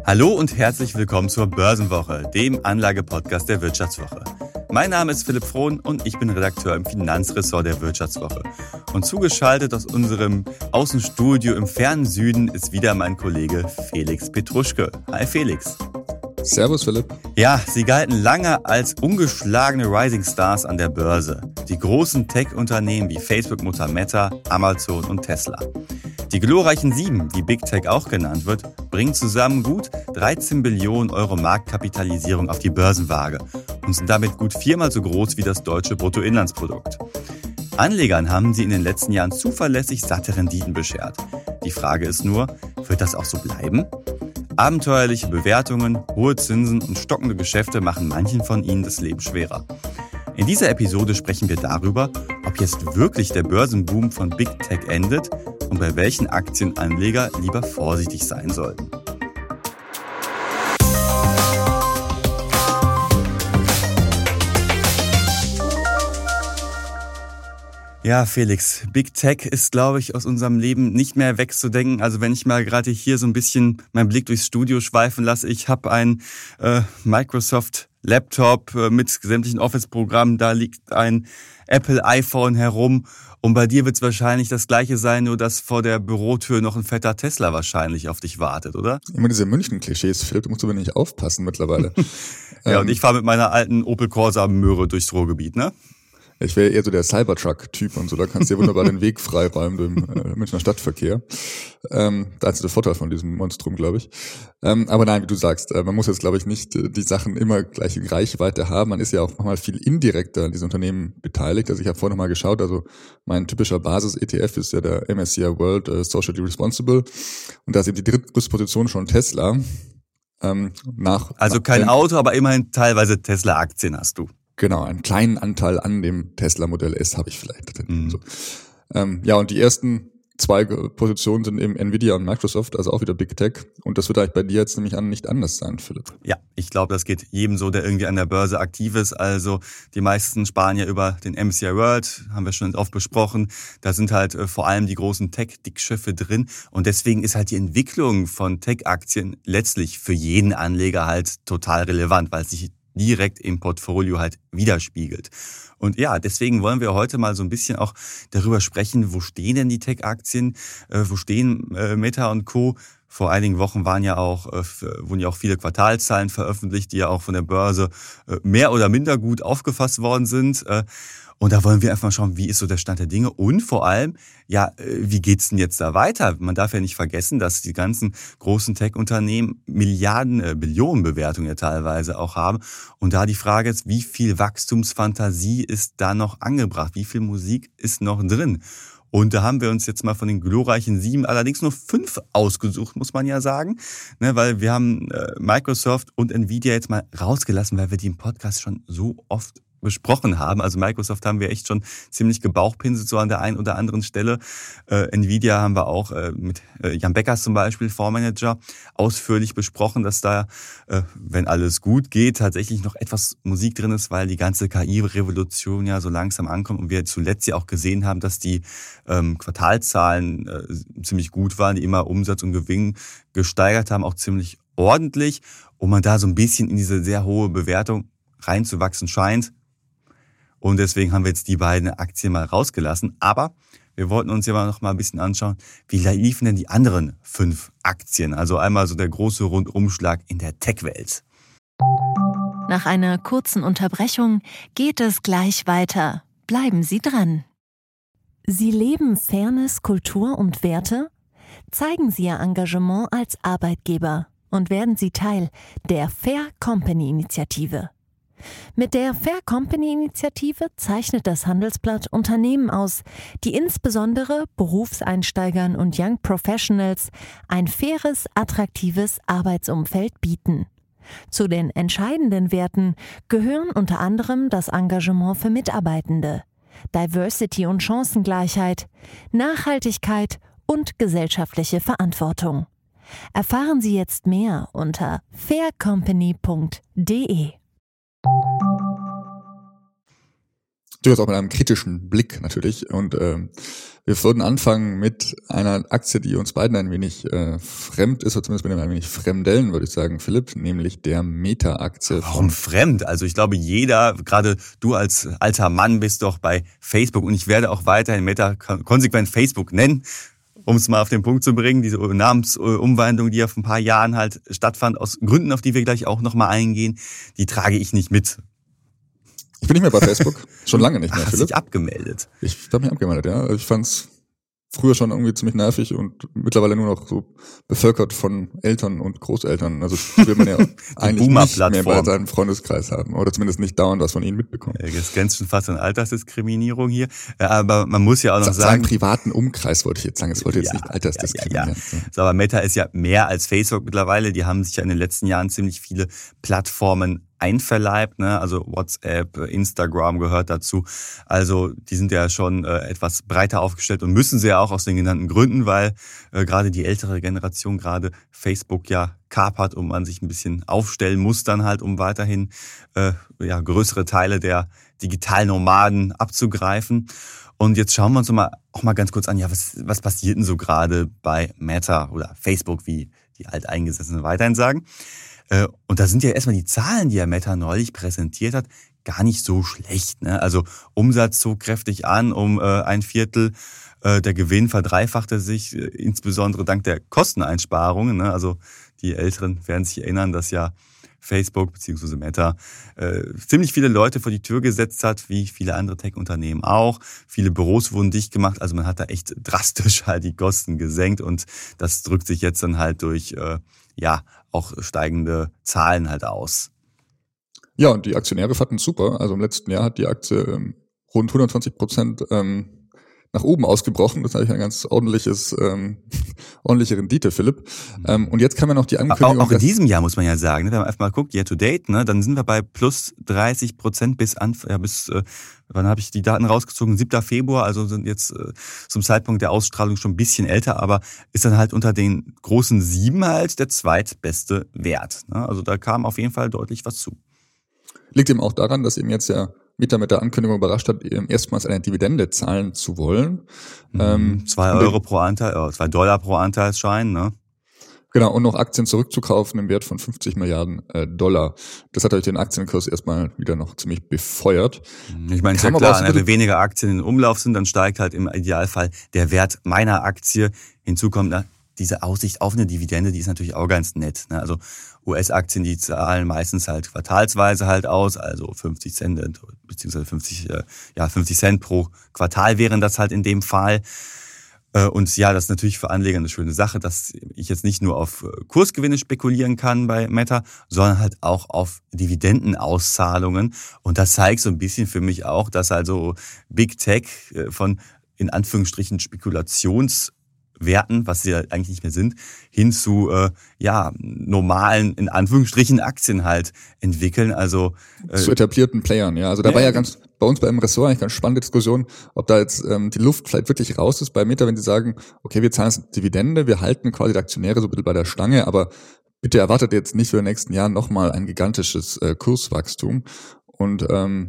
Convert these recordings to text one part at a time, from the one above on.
Hallo und herzlich willkommen zur Börsenwoche, dem Anlagepodcast der Wirtschaftswoche. Mein Name ist Philipp Frohn und ich bin Redakteur im Finanzressort der Wirtschaftswoche. Und zugeschaltet aus unserem Außenstudio im fernen Süden ist wieder mein Kollege Felix Petruschke. Hi Felix. Servus Philipp. Ja, sie galten lange als ungeschlagene Rising Stars an der Börse. Die großen Tech-Unternehmen wie Facebook, Mutter Meta, Amazon und Tesla. Die glorreichen 7, wie Big Tech auch genannt wird, bringen zusammen gut 13 Billionen Euro Marktkapitalisierung auf die Börsenwaage und sind damit gut 4-mal so groß wie das deutsche Bruttoinlandsprodukt. Anlegern haben sie in den letzten Jahren zuverlässig satte Renditen beschert. Die Frage ist nur, wird das auch so bleiben? Abenteuerliche Bewertungen, hohe Zinsen und stockende Geschäfte machen manchen von ihnen das Leben schwerer. In dieser Episode sprechen wir darüber, ob jetzt wirklich der Börsenboom von Big Tech endet und bei welchen Aktien Anleger lieber vorsichtig sein sollten. Ja, Felix, Big Tech ist, glaube ich, aus unserem Leben nicht mehr wegzudenken. Also wenn ich mal gerade hier so ein bisschen meinen Blick durchs Studio schweifen lasse, ich habe ein Microsoft Laptop mit sämtlichen Office-Programmen, da liegt ein Apple iPhone herum und bei dir wird es wahrscheinlich das Gleiche sein, nur dass vor der Bürotür noch ein fetter Tesla wahrscheinlich auf dich wartet, oder? Immer diese München-Klischees, Philipp, du musst aber nicht aufpassen mittlerweile. Ja, und ich fahre mit meiner alten Opel Corsa Möhre durchs Ruhrgebiet, ne? Ich wäre eher so der Cybertruck-Typ und so, da kannst du dir wunderbar den Weg freiräumen im Münchner Stadtverkehr. Da ist der Vorteil von diesem Monstrum, glaube ich. Aber nein, wie du sagst, man muss jetzt, glaube ich, nicht die Sachen immer gleich in Reichweite haben. Man ist ja auch manchmal viel indirekter an diesen Unternehmen beteiligt. Also ich habe vorhin noch mal geschaut, also mein typischer Basis-ETF ist ja der MSCI World Socially Responsible. Und da ist eben die drittgrößte Position schon Tesla. Also kein Auto, aber immerhin teilweise Tesla-Aktien hast du. Genau, einen kleinen Anteil an dem Tesla Modell S habe ich vielleicht. So. Ja, und die ersten 2 Positionen sind eben Nvidia und Microsoft, also auch wieder Big Tech. Und das wird eigentlich bei dir jetzt nämlich nicht anders sein, Philipp. Ja, ich glaube, das geht jedem so, der irgendwie an der Börse aktiv ist. Also die meisten sparen ja über den MSCI World, haben wir schon oft besprochen. Da sind halt vor allem die großen Tech-Dickschiffe drin. Und deswegen ist halt die Entwicklung von Tech-Aktien letztlich für jeden Anleger halt total relevant, weil es sich direkt im Portfolio halt widerspiegelt. Und ja, deswegen wollen wir heute mal so ein bisschen auch darüber sprechen, wo stehen denn die Tech-Aktien, wo stehen Meta und Co. Vor einigen Wochen wurden ja auch viele Quartalszahlen veröffentlicht, die ja auch von der Börse mehr oder minder gut aufgefasst worden sind. Und da wollen wir einfach mal schauen, wie ist so der Stand der Dinge und vor allem, ja, wie geht's denn jetzt da weiter? Man darf ja nicht vergessen, dass die ganzen großen Tech-Unternehmen Billionen Bewertungen ja teilweise auch haben. Und da die Frage ist, wie viel Wachstumsfantasie ist da noch angebracht? Wie viel Musik ist noch drin? Und da haben wir uns jetzt mal von den glorreichen 7 allerdings nur 5 ausgesucht, muss man ja sagen. Ne, weil wir haben Microsoft und Nvidia jetzt mal rausgelassen, weil wir die im Podcast schon so oft besprochen haben. Also Microsoft haben wir echt schon ziemlich gebauchpinselt, so an der einen oder anderen Stelle. Nvidia haben wir auch mit Jan Beckers zum Beispiel, Fondsmanager, ausführlich besprochen, dass da, wenn alles gut geht, tatsächlich noch etwas Musik drin ist, weil die ganze KI-Revolution ja so langsam ankommt und wir zuletzt ja auch gesehen haben, dass die Quartalzahlen ziemlich gut waren, die immer Umsatz und Gewinn gesteigert haben, auch ziemlich ordentlich, und man da so ein bisschen in diese sehr hohe Bewertung reinzuwachsen scheint. Und deswegen haben wir jetzt die beiden Aktien mal rausgelassen. Aber wir wollten uns ja noch mal ein bisschen anschauen, wie liefen denn die anderen 5 Aktien? Also einmal so der große Rundumschlag in der Tech-Welt. Nach einer kurzen Unterbrechung geht es gleich weiter. Bleiben Sie dran. Sie leben Fairness, Kultur und Werte? Zeigen Sie Ihr Engagement als Arbeitgeber und werden Sie Teil der Fair Company Initiative. Mit der Fair Company Initiative zeichnet das Handelsblatt Unternehmen aus, die insbesondere Berufseinsteigern und Young Professionals ein faires, attraktives Arbeitsumfeld bieten. Zu den entscheidenden Werten gehören unter anderem das Engagement für Mitarbeitende, Diversity und Chancengleichheit, Nachhaltigkeit und gesellschaftliche Verantwortung. Erfahren Sie jetzt mehr unter faircompany.de. durchaus auch mit einem kritischen Blick natürlich. Und wir würden anfangen mit einer Aktie, die uns beiden ein wenig fremd ist, oder zumindest mit einem ein wenig fremdeln, würde ich sagen, Philipp, nämlich der Meta-Aktie. Warum fremd? Also ich glaube, jeder, gerade du als alter Mann, bist doch bei Facebook und ich werde auch weiterhin Meta konsequent Facebook nennen, um es mal auf den Punkt zu bringen. Diese Namensumwandlung, die ja vor ein paar Jahren halt stattfand, aus Gründen, auf die wir gleich auch nochmal eingehen, die trage ich nicht mit. Ich bin nicht mehr bei Facebook, schon lange nicht mehr, Hast Philipp. Dich abgemeldet? Ich habe mich abgemeldet, ja. Ich fand's früher schon irgendwie ziemlich nervig und mittlerweile nur noch so bevölkert von Eltern und Großeltern. Also will man ja eigentlich nicht mehr bei seinem Freundeskreis haben oder zumindest nicht dauernd was von ihnen mitbekommen. Jetzt grenzt schon fast an Altersdiskriminierung hier. Aber man muss ja auch noch sagen... privaten Umkreis wollte ich jetzt sagen. Es wollte jetzt nicht altersdiskriminieren. Ja. So, aber Meta ist ja mehr als Facebook mittlerweile. Die haben sich ja in den letzten Jahren ziemlich viele Plattformen einverleibt, ne? Also WhatsApp, Instagram gehört dazu. Also die sind ja schon etwas breiter aufgestellt und müssen sie ja auch aus den genannten Gründen, weil gerade die ältere Generation gerade Facebook ja kapert und man sich ein bisschen aufstellen muss dann halt, um weiterhin größere Teile der digitalen Nomaden abzugreifen. Und jetzt schauen wir uns auch mal ganz kurz an, ja, was passiert denn so gerade bei Meta oder Facebook, wie die Alteingesessenen weiterhin sagen. Und da sind ja erstmal die Zahlen, die Meta neulich präsentiert hat, gar nicht so schlecht, ne? Also Umsatz zog kräftig an, um 1/4. Der Gewinn verdreifachte sich, insbesondere dank der Kosteneinsparungen, ne? Also die Älteren werden sich erinnern, dass ja Facebook bzw. Meta ziemlich viele Leute vor die Tür gesetzt hat, wie viele andere Tech-Unternehmen auch. Viele Büros wurden dicht gemacht, also man hat da echt drastisch halt die Kosten gesenkt und das drückt sich jetzt dann halt durch auch steigende Zahlen halt aus. Ja, und die Aktionäre fanden es super. Also im letzten Jahr hat die Aktie rund 120% nach oben ausgebrochen. Das ist eigentlich ein ganz ordentliche Rendite, Philipp. Und jetzt kann man noch die Ankündigung... Auch in diesem Jahr muss man ja sagen, ne, wenn man einfach mal guckt, year to date, ne, dann sind wir bei plus 30% bis wann habe ich die Daten rausgezogen? 7. Februar, also sind jetzt zum Zeitpunkt der Ausstrahlung schon ein bisschen älter, aber ist dann halt unter den großen 7 halt der zweitbeste Wert. Ne? Also da kam auf jeden Fall deutlich was zu. Liegt eben auch daran, dass eben jetzt ja Meta mit der Ankündigung überrascht hat, erstmals eine Dividende zahlen zu wollen. 2 Euro pro Anteil, $2 pro Anteilsschein, ne? Genau, und noch Aktien zurückzukaufen im Wert von 50 Milliarden $. Das hat natürlich den Aktienkurs erstmal wieder noch ziemlich befeuert. Ich meine, ist ja klar, wenn weniger Aktien in Umlauf sind, dann steigt halt im Idealfall der Wert meiner Aktie. Hinzu kommt diese Aussicht auf eine Dividende, die ist natürlich auch ganz nett. Ne? Also US-Aktien, die zahlen meistens halt quartalsweise halt aus, also 50 Cent beziehungsweise 50 Cent pro Quartal wären das halt in dem Fall. Und ja, das ist natürlich für Anleger eine schöne Sache, dass ich jetzt nicht nur auf Kursgewinne spekulieren kann bei Meta, sondern halt auch auf Dividendenauszahlungen. Und das zeigt so ein bisschen für mich auch, dass also Big Tech von in Anführungsstrichen Spekulationswerten, was sie ja eigentlich nicht mehr sind, hin zu normalen, in Anführungsstrichen, Aktien halt entwickeln. Also zu etablierten Playern, ja. Also da war ja bei uns beim Ressort eigentlich ganz spannende Diskussion, ob da jetzt die Luft vielleicht wirklich raus ist bei Meta, wenn sie sagen, okay, wir zahlen jetzt Dividende, wir halten quasi die Aktionäre so ein bisschen bei der Stange, aber bitte erwartet jetzt nicht für die nächsten Jahren nochmal ein gigantisches Kurswachstum. Und man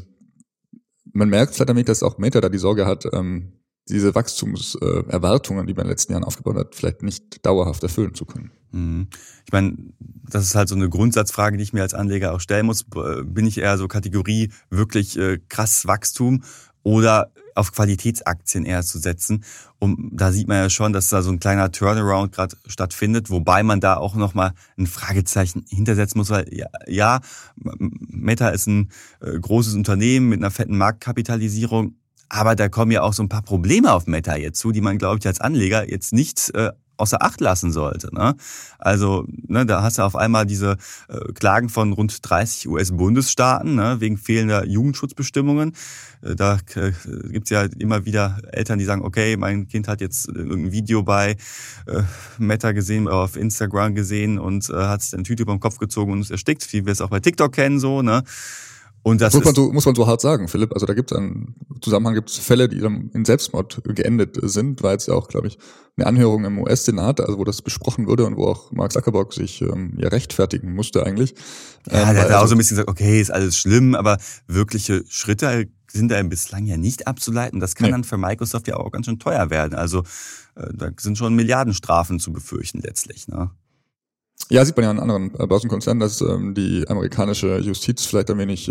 merkt vielleicht damit, dass auch Meta da die Sorge hat, diese Wachstumserwartungen, die man in den letzten Jahren aufgebaut hat, vielleicht nicht dauerhaft erfüllen zu können. Ich meine, das ist halt so eine Grundsatzfrage, die ich mir als Anleger auch stellen muss. Bin ich eher so Kategorie wirklich krass Wachstum oder auf Qualitätsaktien eher zu setzen? Und da sieht man ja schon, dass da so ein kleiner Turnaround gerade stattfindet, wobei man da auch nochmal ein Fragezeichen hintersetzen muss, weil ja, Meta ist ein großes Unternehmen mit einer fetten Marktkapitalisierung, aber da kommen ja auch so ein paar Probleme auf Meta jetzt zu, die man, glaube ich, als Anleger jetzt nicht außer Acht lassen sollte. Ne? Also da hast du auf einmal diese Klagen von rund 30 US-Bundesstaaten wegen fehlender Jugendschutzbestimmungen. Da gibt's ja immer wieder Eltern, die sagen, okay, mein Kind hat jetzt irgendein Video bei Meta gesehen oder auf Instagram gesehen und hat sich eine Tüte über den Kopf gezogen und ist erstickt, wie wir es auch bei TikTok kennen. So, ne? Und das muss man so hart sagen, Philipp. Also da gibt es einen Zusammenhang, gibt es Fälle, die dann in Selbstmord geendet sind. War jetzt ja auch, glaube ich, eine Anhörung im US-Senat, also wo das besprochen wurde und wo auch Mark Zuckerberg sich ja rechtfertigen musste eigentlich. Ja, der hat auch so ein bisschen gesagt, okay, ist alles schlimm, aber wirkliche Schritte sind da bislang ja nicht abzuleiten. Das kann dann für Microsoft ja auch ganz schön teuer werden. Also da sind schon Milliardenstrafen zu befürchten letztlich, ne? Ja, sieht man ja an anderen Börsenkonzernen, dass die amerikanische Justiz vielleicht ein wenig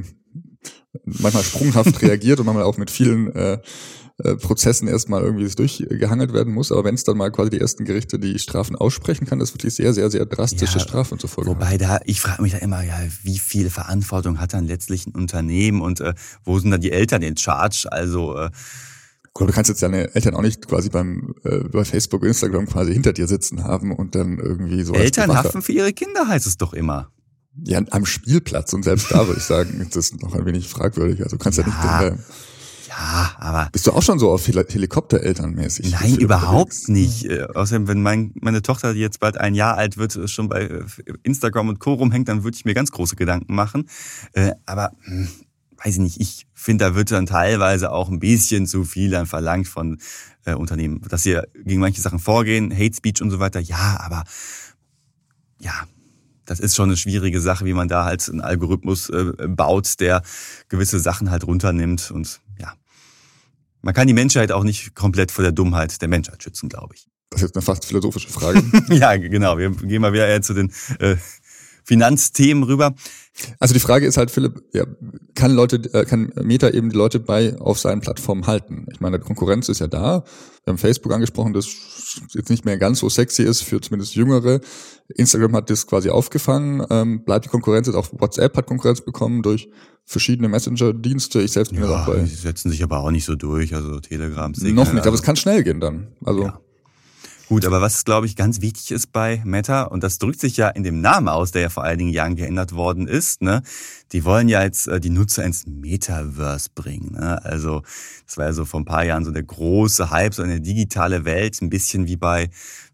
manchmal sprunghaft reagiert und manchmal auch mit vielen Prozessen erstmal irgendwie durchgehangelt werden muss. Aber wenn es dann mal quasi die ersten Gerichte die Strafen aussprechen kann, das wirklich sehr, sehr, sehr drastische Strafen zur Folge. Wobei ich frage mich da immer, ja, wie viel Verantwortung hat dann letztlich ein Unternehmen und wo sind da die Eltern in Charge? Also du kannst jetzt deine Eltern auch nicht quasi bei Facebook und Instagram quasi hinter dir sitzen haben und dann irgendwie so. Eltern haften für ihre Kinder, heißt es doch immer. Ja, am Spielplatz und selbst da würde ich sagen, ist das noch ein wenig fragwürdig. Also du kannst ja nicht. Ja, aber. Bist du auch schon so auf Helikopterelternmäßig? Nein, überhaupt nicht. Außerdem, wenn meine Tochter, die jetzt bald 1 Jahr alt wird, schon bei Instagram und Co. rumhängt, dann würde ich mir ganz große Gedanken machen. Aber weiß ich nicht, ich finde, da wird dann teilweise auch ein bisschen zu viel dann verlangt von Unternehmen, dass sie gegen manche Sachen vorgehen, Hate Speech und so weiter. Ja, aber ja, das ist schon eine schwierige Sache, wie man da halt einen Algorithmus baut, der gewisse Sachen halt runternimmt. Und ja, man kann die Menschheit auch nicht komplett vor der Dummheit der Menschheit schützen, glaube ich. Das ist jetzt eine fast philosophische Frage. Ja, genau. Wir gehen mal wieder eher zu den Finanzthemen rüber. Also die Frage ist halt, Philipp, ja, kann Meta eben die Leute auf seinen Plattformen halten? Ich meine, die Konkurrenz ist ja da. Wir haben Facebook angesprochen, das jetzt nicht mehr ganz so sexy ist für zumindest Jüngere. Instagram hat das quasi aufgefangen. Bleibt die Konkurrenz jetzt? Auch WhatsApp hat Konkurrenz bekommen durch verschiedene Messenger-Dienste. Ich selbst bin ja auch bei. Die setzen sich aber auch nicht so durch. Also Telegram, Signal. Noch nicht, aber es kann schnell gehen dann. Also. Ja. Gut, aber was, glaube ich, ganz wichtig ist bei Meta, und das drückt sich ja in dem Namen aus, der ja vor einigen Jahren geändert worden ist, ne? Die wollen ja jetzt die Nutzer ins Metaverse bringen, ne? Also das war ja so vor ein paar Jahren so der große Hype, so eine digitale Welt, ein bisschen wie bei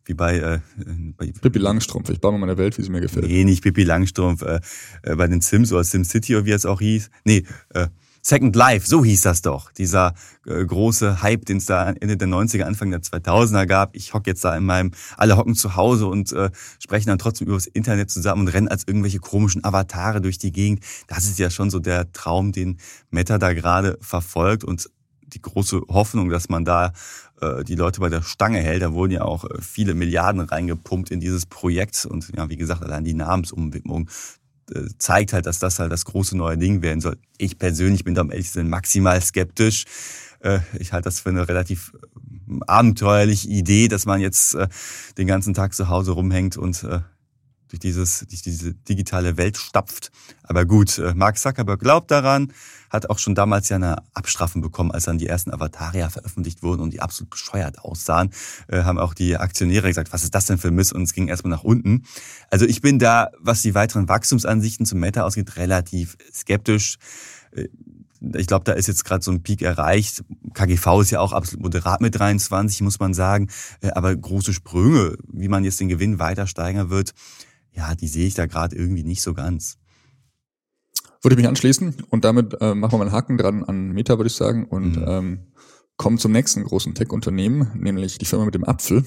Pippi Langstrumpf, ich baue mal meine Welt, wie sie mir gefällt. Nee, nicht Pippi Langstrumpf, bei den Sims oder SimCity oder wie es auch hieß. Nee, Second Life, so hieß das doch. Dieser große Hype, den es da Ende der 90er, Anfang der 2000er gab. Ich hocke jetzt da alle hocken zu Hause und sprechen dann trotzdem über das Internet zusammen und rennen als irgendwelche komischen Avatare durch die Gegend. Das ist ja schon so der Traum, den Meta da gerade verfolgt und die große Hoffnung, dass man da die Leute bei der Stange hält. Da wurden ja auch viele Milliarden reingepumpt in dieses Projekt und ja, wie gesagt, allein die Namensumwidmung zeigt halt, dass das halt das große neue Ding werden soll. Ich persönlich bin da, um ehrlich zu sein, maximal skeptisch. Ich halte das für eine relativ abenteuerliche Idee, dass man jetzt den ganzen Tag zu Hause rumhängt und durch diese digitale Welt stapft. Aber gut, Mark Zuckerberg glaubt daran, hat auch schon damals ja eine Abstrafung bekommen, als dann die ersten Avatare veröffentlicht wurden und die absolut bescheuert aussahen. Haben auch die Aktionäre gesagt, was ist das denn für Mist? Und es ging erstmal nach unten. Also ich bin da, was die weiteren Wachstumsansichten zum Meta ausgeht, relativ skeptisch. Ich glaube, da ist jetzt gerade so ein Peak erreicht. KGV ist ja auch absolut moderat mit 23, muss man sagen. Aber große Sprünge, wie man jetzt den Gewinn weiter steigern wird, ja, die sehe ich da gerade irgendwie nicht so ganz. Würde ich mich anschließen und damit machen wir mal einen Haken dran an Meta, würde ich sagen, und kommen zum nächsten großen Tech-Unternehmen, nämlich die Firma mit dem Apfel.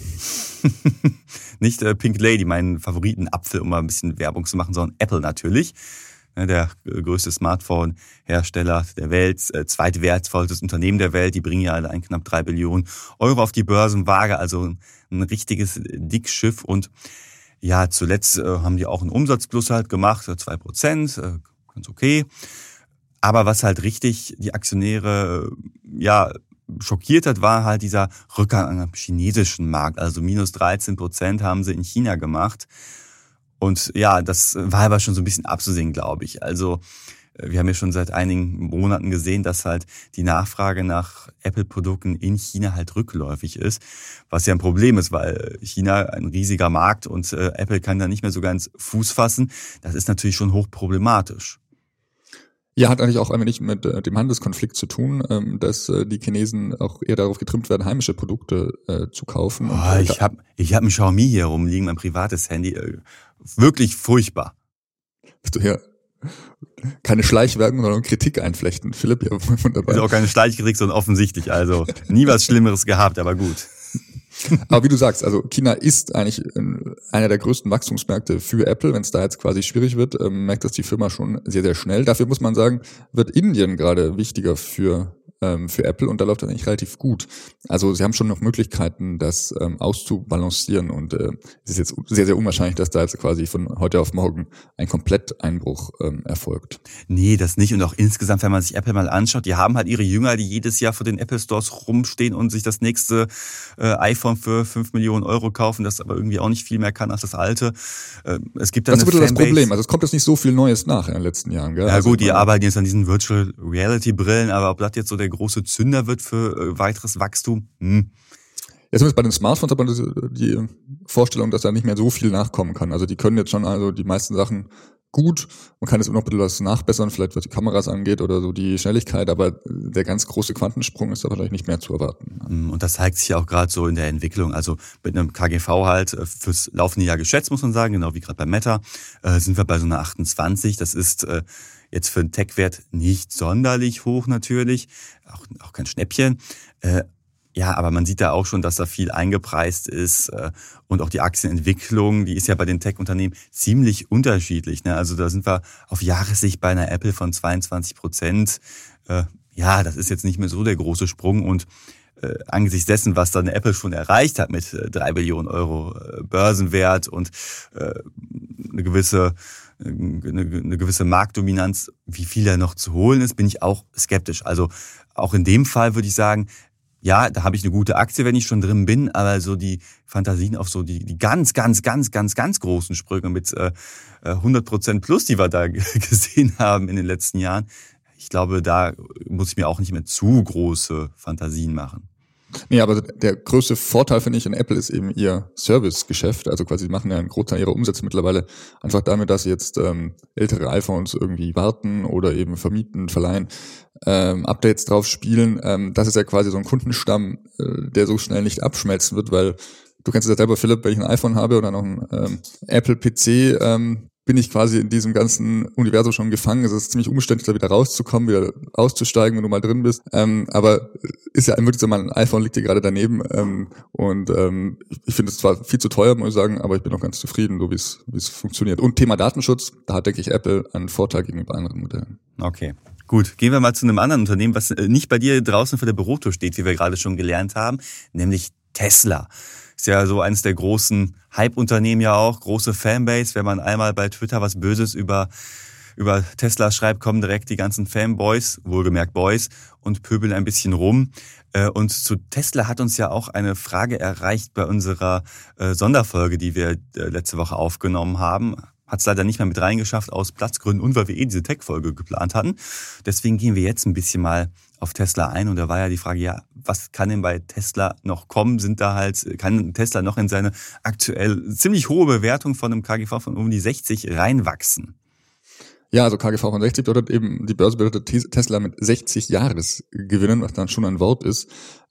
Nicht Pink Lady, meinen Favoriten-Apfel, um mal ein bisschen Werbung zu machen, sondern Apple natürlich. Der größte Smartphone-Hersteller der Welt, zweitwertvollstes Unternehmen der Welt. Die bringen ja allein knapp 3 Billionen Euro auf die Börsenwaage, also ein richtiges Dickschiff. Und ja, zuletzt haben die auch einen Umsatzplus halt gemacht, 2%, ganz okay. Aber was halt richtig die Aktionäre schockiert hat, war halt dieser Rückgang am chinesischen Markt. Also minus 13% haben sie in China gemacht. Und ja, das war aber schon so ein bisschen abzusehen, glaube ich. Also wir haben ja schon seit einigen Monaten gesehen, dass halt die Nachfrage nach Apple-Produkten in China halt rückläufig ist, was ja ein Problem ist, weil China ein riesiger Markt und Apple kann da nicht mehr so ganz Fuß fassen. Das ist natürlich schon hochproblematisch. Ja, hat eigentlich auch ein wenig mit dem Handelskonflikt zu tun, dass die Chinesen auch eher darauf getrimmt werden, heimische Produkte zu kaufen. Oh, ich hab ein Xiaomi hier rumliegen, mein privates Handy. Wirklich furchtbar. Bist du hier keine Schleichwerbung, sondern Kritik einflechten. Philipp, ja, wunderbar. Ist auch keine Schleichkritik, sondern offensichtlich. Also nie was Schlimmeres gehabt, aber gut. Aber wie du sagst, also China ist eigentlich einer der größten Wachstumsmärkte für Apple. Wenn es da jetzt quasi schwierig wird, merkt das die Firma schon sehr, sehr schnell. Dafür muss man sagen, wird Indien gerade wichtiger für Apple und da läuft das eigentlich relativ gut. Also sie haben schon noch Möglichkeiten, das auszubalancieren und es ist jetzt sehr, sehr unwahrscheinlich, dass da jetzt quasi von heute auf morgen ein Kompletteinbruch erfolgt. Nee, das nicht. Und auch insgesamt, wenn man sich Apple mal anschaut, die haben halt ihre Jünger, die jedes Jahr vor den Apple Stores rumstehen und sich das nächste iPhone für 5 Millionen Euro kaufen, das aber irgendwie auch nicht viel mehr kann als das alte. Es gibt dann das ist bitte das Problem. Also es kommt jetzt nicht so viel Neues nach in den letzten Jahren. Gell? Ja also gut, die arbeiten jetzt an diesen Virtual Reality Brillen, aber ob das jetzt so der große Zünder wird für weiteres Wachstum? Ja, zumindest bei den Smartphones hat man die Vorstellung, dass da nicht mehr so viel nachkommen kann. Also die können jetzt schon also die meisten Sachen gut. Man kann jetzt noch ein bisschen was nachbessern, vielleicht was die Kameras angeht oder so die Schnelligkeit, aber der ganz große Quantensprung ist da vielleicht nicht mehr zu erwarten. Und das zeigt sich ja auch gerade so in der Entwicklung. Also mit einem KGV halt fürs laufende Jahr geschätzt, muss man sagen, genau wie gerade bei Meta, sind wir bei so einer 28. Das ist jetzt für einen Tech-Wert nicht sonderlich hoch natürlich, auch kein Schnäppchen. Ja, aber man sieht da auch schon, dass da viel eingepreist ist und auch die Aktienentwicklung, die ist ja bei den Tech-Unternehmen ziemlich unterschiedlich. Ne? Also da sind wir auf Jahressicht bei einer Apple von 22%. Ja, das ist jetzt nicht mehr so der große Sprung und angesichts dessen, was dann Apple schon erreicht hat mit 3 Billionen Euro Börsenwert und eine gewisse Marktdominanz, wie viel da noch zu holen ist, bin ich auch skeptisch. Also auch in dem Fall würde ich sagen, ja, da habe ich eine gute Aktie, wenn ich schon drin bin, aber so die Fantasien auf so die ganz großen Sprünge mit 100% plus, die wir da gesehen haben in den letzten Jahren, ich glaube, da muss ich mir auch nicht mehr zu große Fantasien machen. Nee, aber der größte Vorteil, finde ich, in Apple ist eben ihr Servicegeschäft. Also quasi, sie machen ja einen Großteil ihrer Umsätze mittlerweile einfach damit, dass sie jetzt ältere iPhones irgendwie warten oder eben vermieten, verleihen, Updates drauf spielen. Das ist ja quasi so ein Kundenstamm, der so schnell nicht abschmelzen wird, weil du kennst es ja selber, Philipp, wenn ich ein iPhone habe oder noch einen Apple-PC, bin ich quasi in diesem ganzen Universum schon gefangen. Es ist ziemlich umständlich, da wieder rauszukommen, wieder auszusteigen, wenn du mal drin bist. Aber ist ja wirklich so, mein iPhone liegt hier gerade daneben. Ich finde es zwar viel zu teuer, muss ich sagen, aber ich bin auch ganz zufrieden, so wie es funktioniert. Und Thema Datenschutz, da hat, denke ich, Apple einen Vorteil gegenüber anderen Modellen. Okay. Gut, gehen wir mal zu einem anderen Unternehmen, was nicht bei dir draußen vor der Bürotür steht, wie wir gerade schon gelernt haben, nämlich Tesla. Ist ja so eines der großen Hype-Unternehmen ja auch, große Fanbase. Wenn man einmal bei Twitter was Böses über Tesla schreibt, kommen direkt die ganzen Fanboys, wohlgemerkt Boys, und pöbeln ein bisschen rum. Und zu Tesla hat uns ja auch eine Frage erreicht bei unserer Sonderfolge, die wir letzte Woche aufgenommen haben. Hat es leider nicht mehr mit reingeschafft aus Platzgründen und weil wir diese Tech-Folge geplant hatten. Deswegen gehen wir jetzt ein bisschen mal auf Tesla ein. Und da war ja die Frage, ja, was kann denn bei Tesla noch kommen? Kann Tesla noch in seine aktuell ziemlich hohe Bewertung von einem KGV von um die 60 reinwachsen? Ja, also KGV von 60 bedeutet eben, die Börse bedeutet Tesla mit 60 Jahresgewinnen, was dann schon ein Wort ist.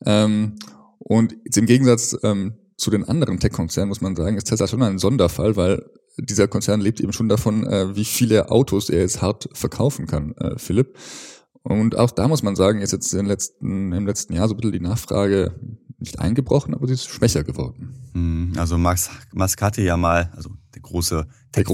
Und jetzt im Gegensatz zu den anderen Tech-Konzernen, muss man sagen, ist Tesla schon ein Sonderfall, weil dieser Konzern lebt eben schon davon, wie viele Autos er jetzt hart verkaufen kann, Philipp. Und auch da muss man sagen, ist jetzt im letzten Jahr so ein bisschen die Nachfrage nicht eingebrochen, aber sie ist schwächer geworden. Also Musk hatte ja mal, also der große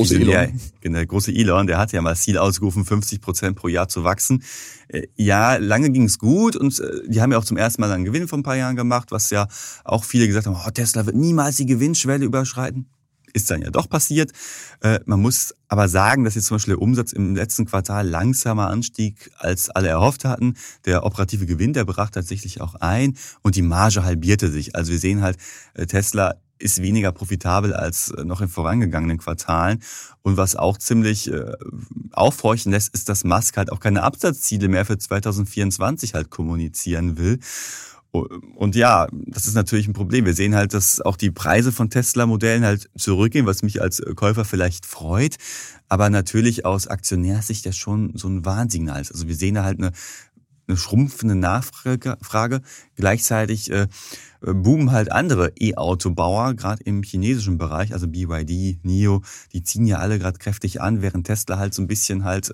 Elon, der hat ja mal das Ziel ausgerufen, 50% pro Jahr zu wachsen. Ja, lange ging es gut und die haben ja auch zum ersten Mal einen Gewinn vor ein paar Jahren gemacht, was ja auch viele gesagt haben, Tesla wird niemals die Gewinnschwelle überschreiten. Ist dann ja doch passiert. Man muss aber sagen, dass jetzt zum Beispiel der Umsatz im letzten Quartal langsamer anstieg, als alle erhofft hatten. Der operative Gewinn, der brach tatsächlich auch ein und die Marge halbierte sich. Also wir sehen halt, Tesla ist weniger profitabel als noch in vorangegangenen Quartalen. Und was auch ziemlich aufhorchen lässt, ist, dass Musk halt auch keine Absatzziele mehr für 2024 halt kommunizieren will. Und ja, das ist natürlich ein Problem. Wir sehen halt, dass auch die Preise von Tesla-Modellen halt zurückgehen, was mich als Käufer vielleicht freut, aber natürlich aus Aktionärssicht ja schon so ein Warnsignal ist. Also wir sehen da halt eine eine schrumpfende Nachfrage. Gleichzeitig boomen halt andere E-Autobauer, gerade im chinesischen Bereich, also BYD, NIO, die ziehen ja alle gerade kräftig an, während Tesla halt so ein bisschen halt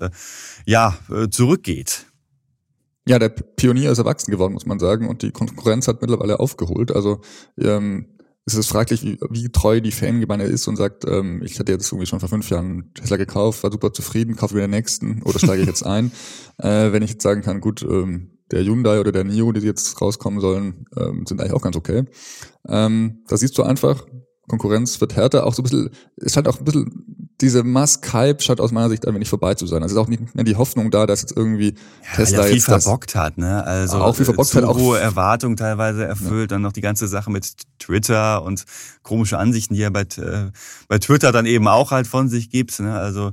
zurückgeht. Ja, der Pionier ist erwachsen geworden, muss man sagen, und die Konkurrenz hat mittlerweile aufgeholt. Also es ist fraglich, wie treu die Fangemeinde ist und sagt, ich hatte jetzt irgendwie schon vor 5 Jahren Tesla gekauft, war super zufrieden, kaufe wieder den nächsten oder steige ich jetzt ein. Wenn ich jetzt sagen kann, gut, der Hyundai oder der NIO, die jetzt rauskommen sollen, sind eigentlich auch ganz okay. Da siehst du einfach, Konkurrenz wird härter, auch so ein bisschen, es scheint auch ein bisschen, diese Musk-Hype scheint aus meiner Sicht ein wenig vorbei zu sein. Also es ist auch nicht mehr die Hoffnung da, dass jetzt irgendwie Tesla weil er viel jetzt verbockt hat, ne? Also auch viel verbockt hat, zu auch hohe Erwartungen teilweise erfüllt, dann noch die ganze Sache mit Twitter und komische Ansichten, die er bei Twitter dann eben auch halt von sich gibt, ne? Also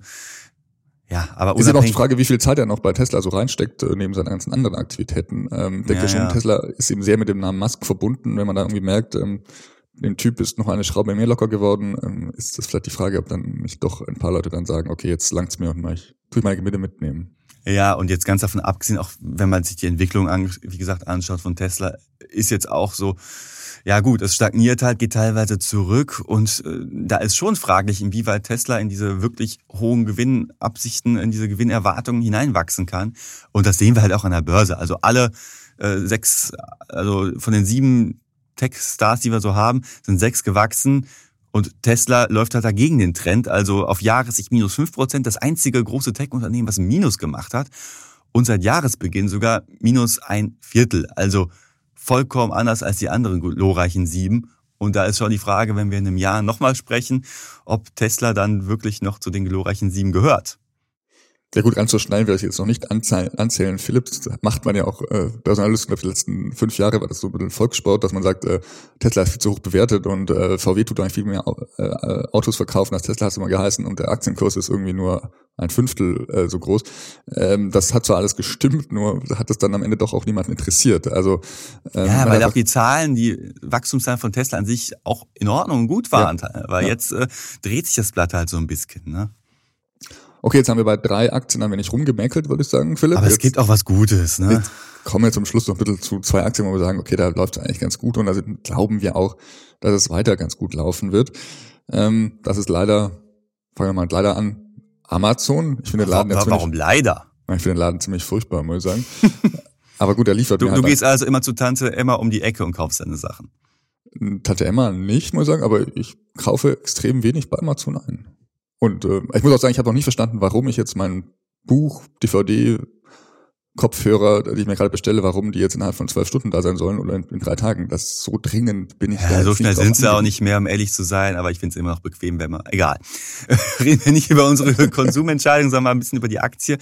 ja, aber ist eben auch die Frage, wie viel Zeit er noch bei Tesla so reinsteckt, neben seinen ganzen anderen Aktivitäten. Denke schon, Tesla ist eben sehr mit dem Namen Musk verbunden. Wenn man da irgendwie merkt, dem Typ ist noch eine Schraube mehr locker geworden, ist das vielleicht die Frage, ob dann nicht doch ein paar Leute dann sagen, okay, jetzt langt's mir und tue ich meine Gewinne mitnehmen. Ja, und jetzt ganz davon abgesehen, auch wenn man sich die Entwicklung, wie gesagt, anschaut von Tesla, ist jetzt auch so, ja gut, es stagniert halt, geht teilweise zurück und da ist schon fraglich, inwieweit Tesla in diese wirklich hohen Gewinnabsichten, in diese Gewinnerwartungen hineinwachsen kann. Und das sehen wir halt auch an der Börse. Also alle 6, also von den 7 Tech-Stars, die wir so haben, sind 6 gewachsen. Und Tesla läuft halt dagegen den Trend, also auf Jahressicht minus 5%, das einzige große Tech-Unternehmen, was ein Minus gemacht hat. Und seit Jahresbeginn sogar minus 1/4. Also vollkommen anders als die anderen glorreichen 7. Und da ist schon die Frage, wenn wir in einem Jahr nochmal sprechen, ob Tesla dann wirklich noch zu den glorreichen 7 gehört. Ja gut, ganz so schnell werde ich jetzt noch nicht anzählen. Philips macht man ja auch, Personalisten, glaube ich, die letzten 5 Jahre war das so ein bisschen Volkssport, dass man sagt, Tesla ist viel zu hoch bewertet und VW tut eigentlich viel mehr Autos verkaufen als Tesla, hat es immer geheißen, und der Aktienkurs ist irgendwie nur 1/5 so groß. Das hat zwar alles gestimmt, nur hat es dann am Ende doch auch niemanden interessiert. Also ja, weil auch die Zahlen, die Wachstumszahlen von Tesla an sich auch in Ordnung und gut waren, weil jetzt dreht sich das Blatt halt so ein bisschen, ne? Okay, jetzt haben wir bei 3 Aktien ein wenig rumgemäkelt, würde ich sagen, Philipp. Aber es gibt auch was Gutes, ne? Jetzt kommen wir zum Schluss noch ein bisschen zu 2 Aktien, wo wir sagen, okay, da läuft es eigentlich ganz gut und da glauben wir auch, dass es weiter ganz gut laufen wird. Das ist leider, fangen wir mal leider an, Amazon. Ich finde den Laden warum leider? Ich finde den Laden ziemlich furchtbar, muss ich sagen. Aber gut, er liefert mir Du gehst also immer zu Tante Emma um die Ecke und kaufst deine Sachen. Tante Emma nicht, muss ich sagen, aber ich kaufe extrem wenig bei Amazon ein. Und ich muss auch sagen, ich habe noch nie verstanden, warum ich jetzt mein Buch, DVD, Kopfhörer, die ich mir gerade bestelle, warum die jetzt innerhalb von 12 Stunden da sein sollen oder in 3 Tagen. Das so dringend bin ich da. Ja, so schnell sind sie auch nicht mehr, um ehrlich zu sein, aber ich finde es immer noch bequem, wenn man, egal. Reden wir nicht über unsere Konsumentscheidung, sondern mal ein bisschen über die Aktie.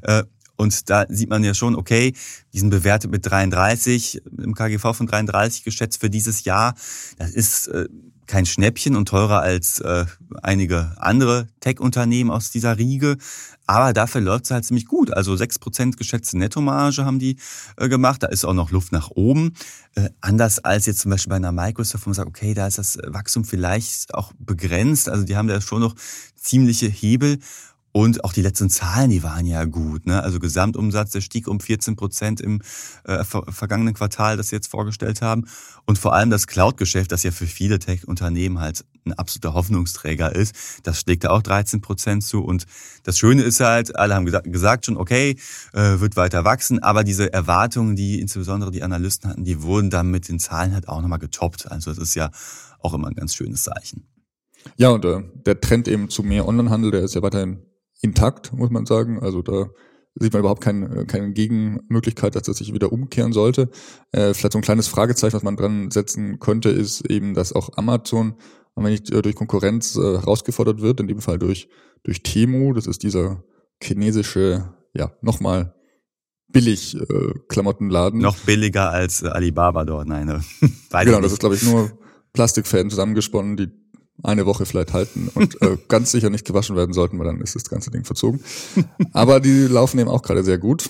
Und da sieht man ja schon, okay, die sind bewertet mit 33, im KGV von 33 geschätzt für dieses Jahr. Das ist kein Schnäppchen und teurer als einige andere Tech-Unternehmen aus dieser Riege. Aber dafür läuft es halt ziemlich gut. Also 6% geschätzte Nettomarge haben die gemacht. Da ist auch noch Luft nach oben. Anders als jetzt zum Beispiel bei einer Microsoft, wo man sagt, okay, da ist das Wachstum vielleicht auch begrenzt. Also die haben da schon noch ziemliche Hebel. Und auch die letzten Zahlen, die waren ja gut, ne? Also Gesamtumsatz, der stieg um 14% im vergangenen Quartal, das sie jetzt vorgestellt haben. Und vor allem das Cloud-Geschäft, das ja für viele Tech-Unternehmen halt ein absoluter Hoffnungsträger ist, das schlägt da auch 13% zu. Und das Schöne ist halt, alle haben gesagt schon, okay, wird weiter wachsen. Aber diese Erwartungen, die insbesondere die Analysten hatten, die wurden dann mit den Zahlen halt auch nochmal getoppt. Also das ist ja auch immer ein ganz schönes Zeichen. Ja, und der Trend eben zu mehr Onlinehandel, der ist ja weiterhin intakt, muss man sagen. Also da sieht man überhaupt keine Gegenmöglichkeit, dass das sich wieder umkehren sollte. Vielleicht so ein kleines Fragezeichen, was man dran setzen könnte, ist eben, dass auch Amazon ein wenig durch Konkurrenz herausgefordert wird, in dem Fall durch Temu. Das ist dieser chinesische, ja, nochmal billig Klamottenladen. Noch billiger als Alibaba dort, nein. Genau, das ist, glaube ich, nur Plastikfäden zusammengesponnen, die eine Woche vielleicht halten und ganz sicher nicht gewaschen werden sollten, weil dann ist das ganze Ding verzogen. Aber die laufen eben auch gerade sehr gut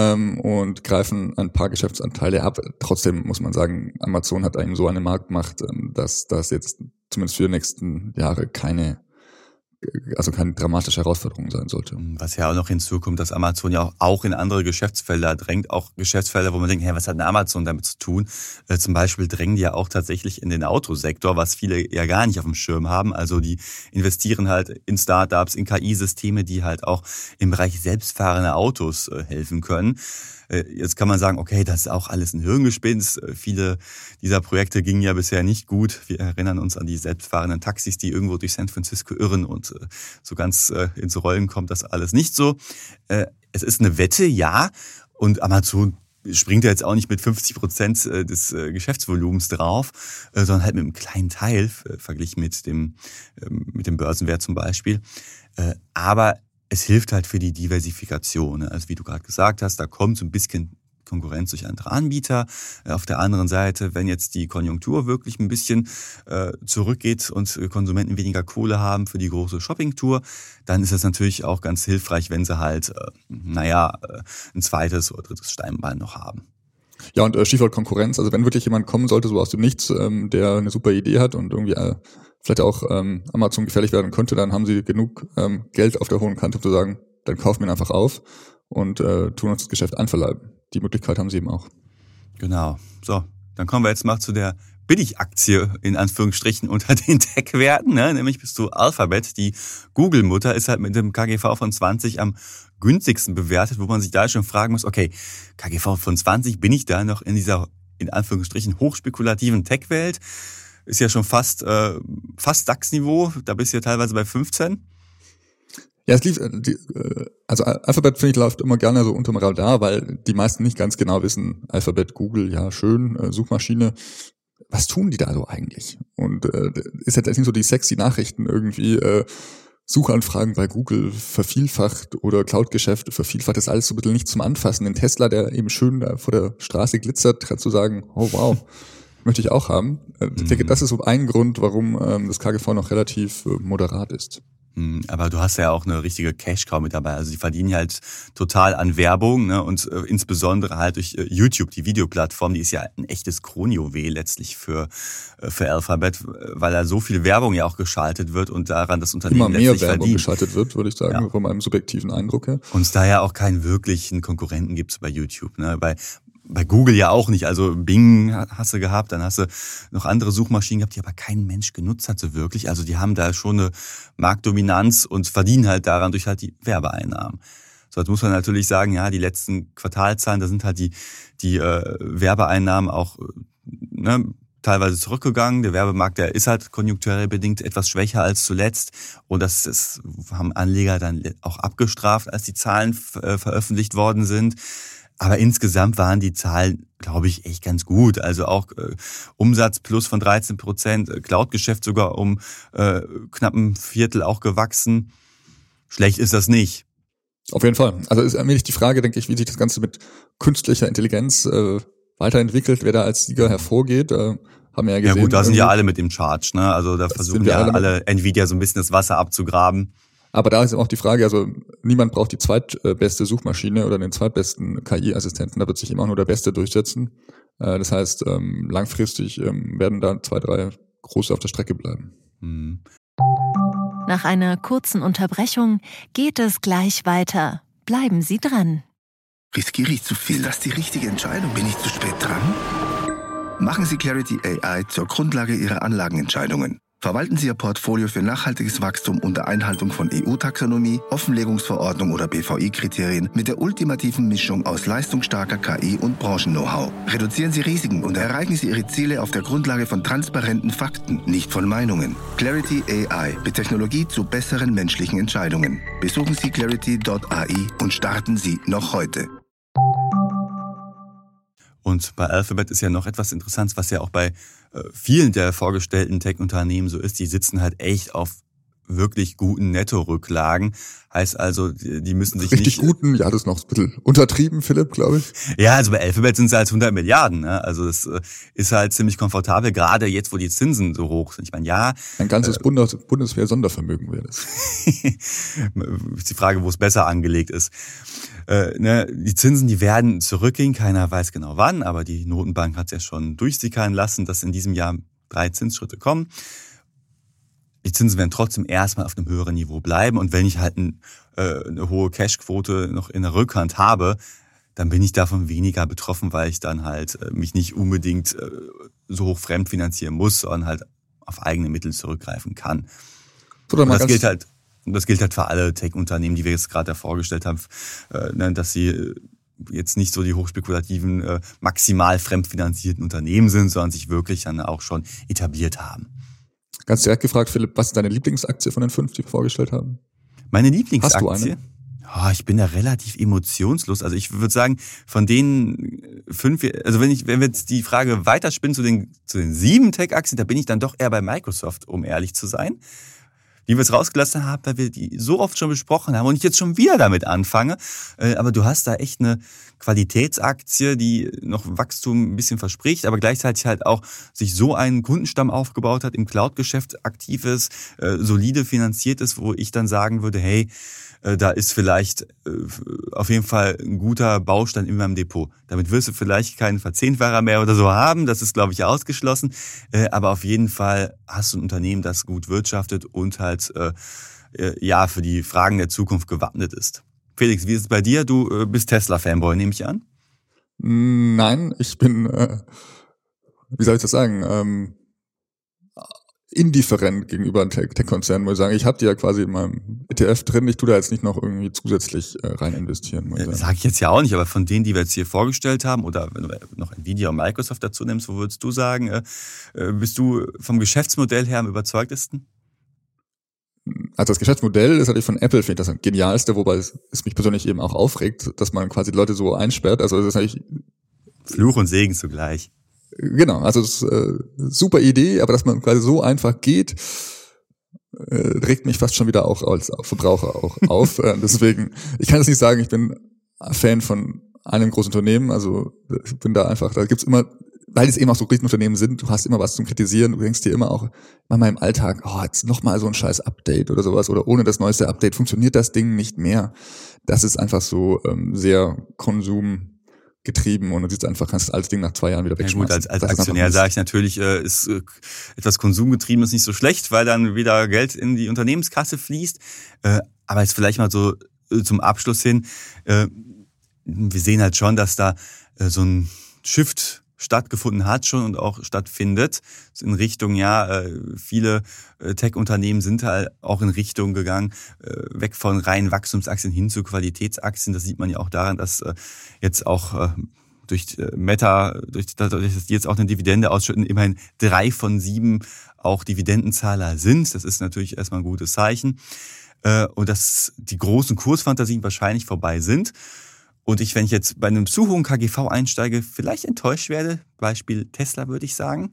und greifen ein paar Geschäftsanteile ab. Trotzdem muss man sagen, Amazon hat eben so eine Marktmacht, dass das jetzt zumindest für die nächsten Jahre keine also keine dramatische Herausforderung sein sollte. Was ja auch noch hinzukommt, dass Amazon ja auch in andere Geschäftsfelder drängt, auch Geschäftsfelder, wo man denkt, hey, was hat eine Amazon damit zu tun? Zum Beispiel drängen die ja auch tatsächlich in den Autosektor, was viele ja gar nicht auf dem Schirm haben. Also die investieren halt in Startups, in KI-Systeme, die halt auch im Bereich selbstfahrender Autos helfen können. Jetzt kann man sagen, okay, das ist auch alles ein Hirngespinst. Viele dieser Projekte gingen ja bisher nicht gut. Wir erinnern uns an die selbstfahrenden Taxis, die irgendwo durch San Francisco irren und so ganz ins Rollen kommt das alles nicht so. Es ist eine Wette, ja, und Amazon springt ja jetzt auch nicht mit 50% des Geschäftsvolumens drauf, sondern halt mit einem kleinen Teil, verglichen mit dem Börsenwert zum Beispiel. Aber es hilft halt für die Diversifikation. Also wie du gerade gesagt hast, da kommt so ein bisschen Konkurrenz durch andere Anbieter. Auf der anderen Seite, wenn jetzt die Konjunktur wirklich ein bisschen zurückgeht und Konsumenten weniger Kohle haben für die große Shoppingtour, dann ist es natürlich auch ganz hilfreich, wenn sie halt, ein zweites oder drittes Steinbein noch haben. Ja, und Stichwort Konkurrenz. Also wenn wirklich jemand kommen sollte, so aus dem Nichts, der eine super Idee hat und irgendwie vielleicht auch Amazon gefährlich werden könnte, dann haben sie genug Geld auf der hohen Kante, um zu sagen, dann kaufen wir ihn einfach auf und tun uns das Geschäft einverleiben. Die Möglichkeit haben sie eben auch. Genau. So, dann kommen wir jetzt mal zu der Billigaktie in Anführungsstrichen unter den Tech-Werten, ne? Nämlich bist du Alphabet. Die Google-Mutter ist halt mit dem KGV von 20 am günstigsten bewertet, wo man sich da schon fragen muss, okay, KGV von 20, bin ich da noch in dieser, in Anführungsstrichen, hochspekulativen Tech-Welt? Ist ja schon fast DAX-Niveau, da bist du ja teilweise bei 15. Ja, es lief, also Alphabet, finde ich, läuft immer gerne so unterm Radar, weil die meisten nicht ganz genau wissen, Alphabet, Google, ja schön, Suchmaschine, was tun die da so eigentlich? Und ist jetzt nicht so die sexy Nachrichten irgendwie, Suchanfragen bei Google vervielfacht oder Cloud-Geschäft vervielfacht, das ist alles so ein bisschen nicht zum Anfassen. Den Tesla, der eben schön da vor der Straße glitzert, kannst du sagen, oh wow, möchte ich auch haben. Ich denke, das ist so ein Grund, warum das KGV noch relativ moderat ist. Aber du hast ja auch eine richtige Cash-Cow mit dabei. Also die verdienen halt total an Werbung, ne? Und insbesondere halt durch YouTube, die Videoplattform, die ist ja ein echtes Kronjuwel letztlich für Alphabet, weil da so viel Werbung ja auch geschaltet wird und daran das Unternehmen immer letztlich mehr Werbung verdient. Geschaltet wird, würde ich sagen, Ja. von meinem subjektiven Eindruck her. Und es da ja auch keinen wirklichen Konkurrenten gibt bei YouTube, ne? Bei Google ja auch nicht. Also Bing hast du gehabt, dann hast du noch andere Suchmaschinen gehabt, die aber kein Mensch genutzt hat so wirklich. Also die haben da schon eine Marktdominanz und verdienen halt daran durch halt die Werbeeinnahmen. So, jetzt muss man natürlich sagen, ja, die letzten Quartalzahlen, da sind halt die Werbeeinnahmen auch teilweise zurückgegangen. Der Werbemarkt, der ist halt konjunkturell bedingt etwas schwächer als zuletzt. Und das haben Anleger dann auch abgestraft, als die Zahlen veröffentlicht worden sind. Aber insgesamt waren die Zahlen, glaube ich, echt ganz gut. Also auch Umsatz plus von 13%, Cloud-Geschäft sogar um knapp ein Viertel auch gewachsen. Schlecht ist das nicht. Auf jeden Fall. Also ist allmählich die Frage, denke ich, wie sich das Ganze mit künstlicher Intelligenz weiterentwickelt, wer da als Sieger hervorgeht. Haben wir ja gesehen. Ja gut, da sind ja alle mit dem Charge, ne? Also da versuchen ja alle Nvidia so ein bisschen das Wasser abzugraben. Aber da ist auch die Frage, also niemand braucht die zweitbeste Suchmaschine oder den zweitbesten KI-Assistenten, da wird sich immer nur der Beste durchsetzen. Das heißt, langfristig werden da 2, 3 große auf der Strecke bleiben. Nach einer kurzen Unterbrechung geht es gleich weiter. Bleiben Sie dran. Riskiere ich zu viel? Das ist die richtige Entscheidung. Bin ich zu spät dran? Machen Sie Clarity AI zur Grundlage Ihrer Anlagenentscheidungen. Verwalten Sie Ihr Portfolio für nachhaltiges Wachstum unter Einhaltung von EU-Taxonomie, Offenlegungsverordnung oder BVI-Kriterien mit der ultimativen Mischung aus leistungsstarker KI und Branchen-Know-how. Reduzieren Sie Risiken und erreichen Sie Ihre Ziele auf der Grundlage von transparenten Fakten, nicht von Meinungen. Clarity AI mit Technologie zu besseren menschlichen Entscheidungen. Besuchen Sie clarity.ai und starten Sie noch heute. Und bei Alphabet ist ja noch etwas Interessantes, was ja auch bei vielen der vorgestellten Tech-Unternehmen so ist. Die sitzen halt echt auf wirklich guten Nettorücklagen. Heißt also, die müssen sich richtig nicht... guten, ja, das ist noch ein bisschen untertrieben, Philipp, glaube ich. Ja, also bei Alphabet sind es halt 100 Milliarden. Ne? Also das ist halt ziemlich komfortabel, gerade jetzt, wo die Zinsen so hoch sind. Ich meine, ja... Ein ganzes Bundeswehr-Sondervermögen wäre das. Ist die Frage, wo es besser angelegt ist. Die Zinsen, die werden zurückgehen, keiner weiß genau wann, aber die Notenbank hat es ja schon durchsickern lassen, dass in diesem Jahr 3 Zinsschritte kommen. die Zinsen werden trotzdem erstmal auf einem höheren Niveau bleiben. Und wenn ich halt eine hohe Cashquote noch in der Rückhand habe, dann bin ich davon weniger betroffen, weil ich dann halt mich nicht unbedingt so hoch fremdfinanzieren muss, sondern halt auf eigene Mittel zurückgreifen kann. Und das gilt halt für alle Tech-Unternehmen, die wir jetzt gerade vorgestellt haben, dass sie jetzt nicht so die hochspekulativen, maximal fremdfinanzierten Unternehmen sind, sondern sich wirklich dann auch schon etabliert haben. Ganz direkt gefragt, Philipp, was ist deine Lieblingsaktie von den 5, die wir vorgestellt haben? Meine Lieblingsaktie? Hast du eine? Oh, ich bin da relativ emotionslos. Also ich würde sagen, von den 5, also wenn wir jetzt die Frage weiterspinnen zu den 7 Tech-Aktien, da bin ich dann doch eher bei Microsoft, um ehrlich zu sein. Die wir es rausgelassen haben, weil wir die so oft schon besprochen haben und ich jetzt schon wieder damit anfange. Aber du hast da echt eine Qualitätsaktie, die noch Wachstum ein bisschen verspricht, aber gleichzeitig halt auch sich so einen Kundenstamm aufgebaut hat, im Cloud-Geschäft aktiv ist, solide finanziert ist, wo ich dann sagen würde, hey, da ist vielleicht auf jeden Fall ein guter Baustein in meinem Depot. Damit wirst du vielleicht keinen Verzehnfacher mehr oder so haben, das ist, glaube ich, ausgeschlossen. Aber auf jeden Fall hast du ein Unternehmen, das gut wirtschaftet und halt für die Fragen der Zukunft gewappnet ist. Felix, wie ist es bei dir? Du bist Tesla-Fanboy, nehme ich an? Nein, ich bin, wie soll ich das sagen, indifferent gegenüber einem Tech-Konzern, muss ich sagen. Ich habe die ja quasi in meinem ETF drin, ich tue da jetzt nicht noch irgendwie zusätzlich rein investieren. Sage ich jetzt ja auch nicht, aber von denen, die wir jetzt hier vorgestellt haben, oder wenn du noch Nvidia und Microsoft dazu nimmst, wo würdest du sagen, bist du vom Geschäftsmodell her am überzeugtesten? Also das Geschäftsmodell ist natürlich von Apple, finde ich das genialste, wobei es mich persönlich eben auch aufregt, dass man quasi Leute so einsperrt. Also das ist eigentlich Fluch und Segen zugleich. Genau, also das ist super Idee, aber dass man quasi so einfach geht, regt mich fast schon wieder auch als Verbraucher auch auf. Deswegen, ich kann jetzt nicht sagen, ich bin Fan von einem großen Unternehmen, also ich bin da einfach, da gibt's immer, weil es eben auch so Riesenunternehmen sind, du hast immer was zum Kritisieren, du denkst dir immer auch, manchmal im Alltag, jetzt nochmal so ein scheiß Update oder sowas, oder ohne das neueste Update funktioniert das Ding nicht mehr. Das ist einfach so sehr konsumgetrieben und du siehst einfach, kannst das alte Ding nach 2 Jahren wieder wegschmeißen. Ja gut, als Aktionär sage ich natürlich, ist etwas konsumgetrieben ist nicht so schlecht, weil dann wieder Geld in die Unternehmenskasse fließt. Aber jetzt vielleicht mal so zum Abschluss hin, wir sehen halt schon, dass da so ein Shift stattgefunden hat schon und auch stattfindet in Richtung, viele Tech-Unternehmen sind halt auch in Richtung gegangen, weg von reinen Wachstumsaktien hin zu Qualitätsaktien. Das sieht man ja auch daran, dass jetzt auch durch Meta, dadurch, dass die jetzt auch eine Dividende ausschütten, immerhin 3 von 7 auch Dividendenzahler sind. Das ist natürlich erstmal ein gutes Zeichen. Und dass die großen Kursfantasien wahrscheinlich vorbei sind. Und wenn ich jetzt bei einem zu hohen KGV einsteige, vielleicht enttäuscht werde, Beispiel Tesla würde ich sagen,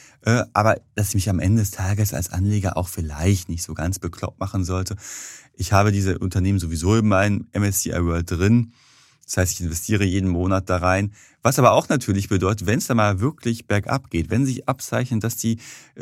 aber dass ich mich am Ende des Tages als Anleger auch vielleicht nicht so ganz bekloppt machen sollte. Ich habe diese Unternehmen sowieso in meinem MSCI World drin, das heißt, ich investiere jeden Monat da rein, was aber auch natürlich bedeutet, wenn es da mal wirklich bergab geht, wenn sich abzeichnet, dass die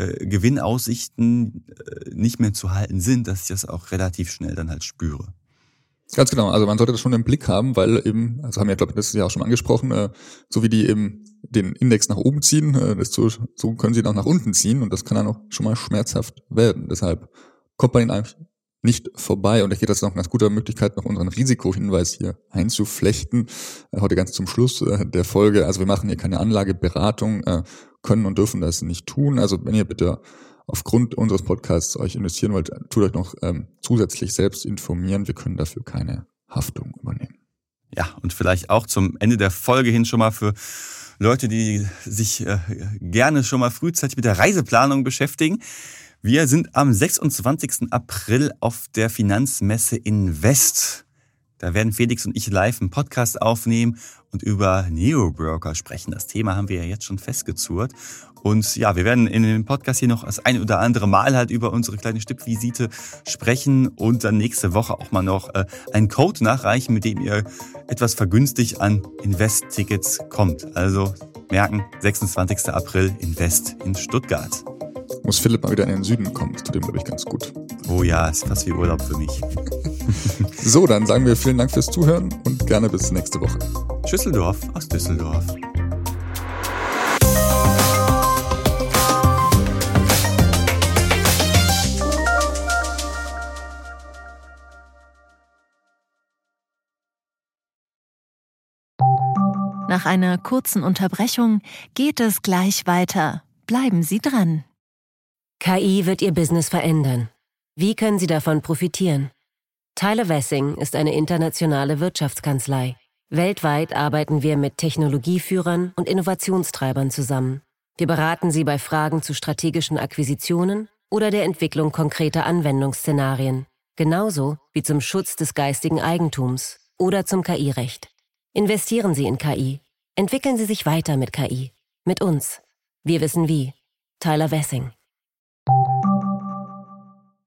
Gewinnaussichten nicht mehr zu halten sind, dass ich das auch relativ schnell dann halt spüre. Ganz genau, also man sollte das schon im Blick haben, weil eben, also haben wir, glaube ich, das Jahr auch schon angesprochen, so wie die eben den Index nach oben ziehen, so können sie ihn auch nach unten ziehen und das kann dann auch schon mal schmerzhaft werden. Deshalb kommt man ihn eigentlich nicht vorbei und ich gehe das noch eine ganz gute Möglichkeit, noch unseren Risikohinweis hier einzuflechten. Heute ganz zum Schluss der Folge, also wir machen hier keine Anlageberatung, können und dürfen das nicht tun, also wenn ihr bitte aufgrund unseres Podcasts euch investieren wollt, tut euch noch zusätzlich selbst informieren. Wir können dafür keine Haftung übernehmen. Ja, und vielleicht auch zum Ende der Folge hin schon mal für Leute, die sich gerne schon mal frühzeitig mit der Reiseplanung beschäftigen. Wir sind am 26. April auf der Finanzmesse Invest. Da werden Felix und ich live einen Podcast aufnehmen und über Neo-Broker sprechen. Das Thema haben wir ja jetzt schon festgezurrt. Und ja, wir werden in dem Podcast hier noch das ein oder andere Mal halt über unsere kleine Stippvisite sprechen und dann nächste Woche auch mal noch einen Code nachreichen, mit dem ihr etwas vergünstigt an Invest-Tickets kommt. Also merken, 26. April Invest in Stuttgart. Muss Philipp mal wieder in den Süden kommen, das tut ihm, glaube ich, ganz gut. Oh ja, ist fast wie Urlaub für mich. So, dann sagen wir vielen Dank fürs Zuhören und gerne bis nächste Woche. Schüsseldorf aus Düsseldorf. Nach einer kurzen Unterbrechung geht es gleich weiter. Bleiben Sie dran. KI wird Ihr Business verändern. Wie können Sie davon profitieren? Tyler Wessing ist eine internationale Wirtschaftskanzlei. Weltweit arbeiten wir mit Technologieführern und Innovationstreibern zusammen. Wir beraten Sie bei Fragen zu strategischen Akquisitionen oder der Entwicklung konkreter Anwendungsszenarien, genauso wie zum Schutz des geistigen Eigentums oder zum KI-Recht. Investieren Sie in KI. Entwickeln Sie sich weiter mit KI. Mit uns. Wir wissen wie. Tyler Wessing.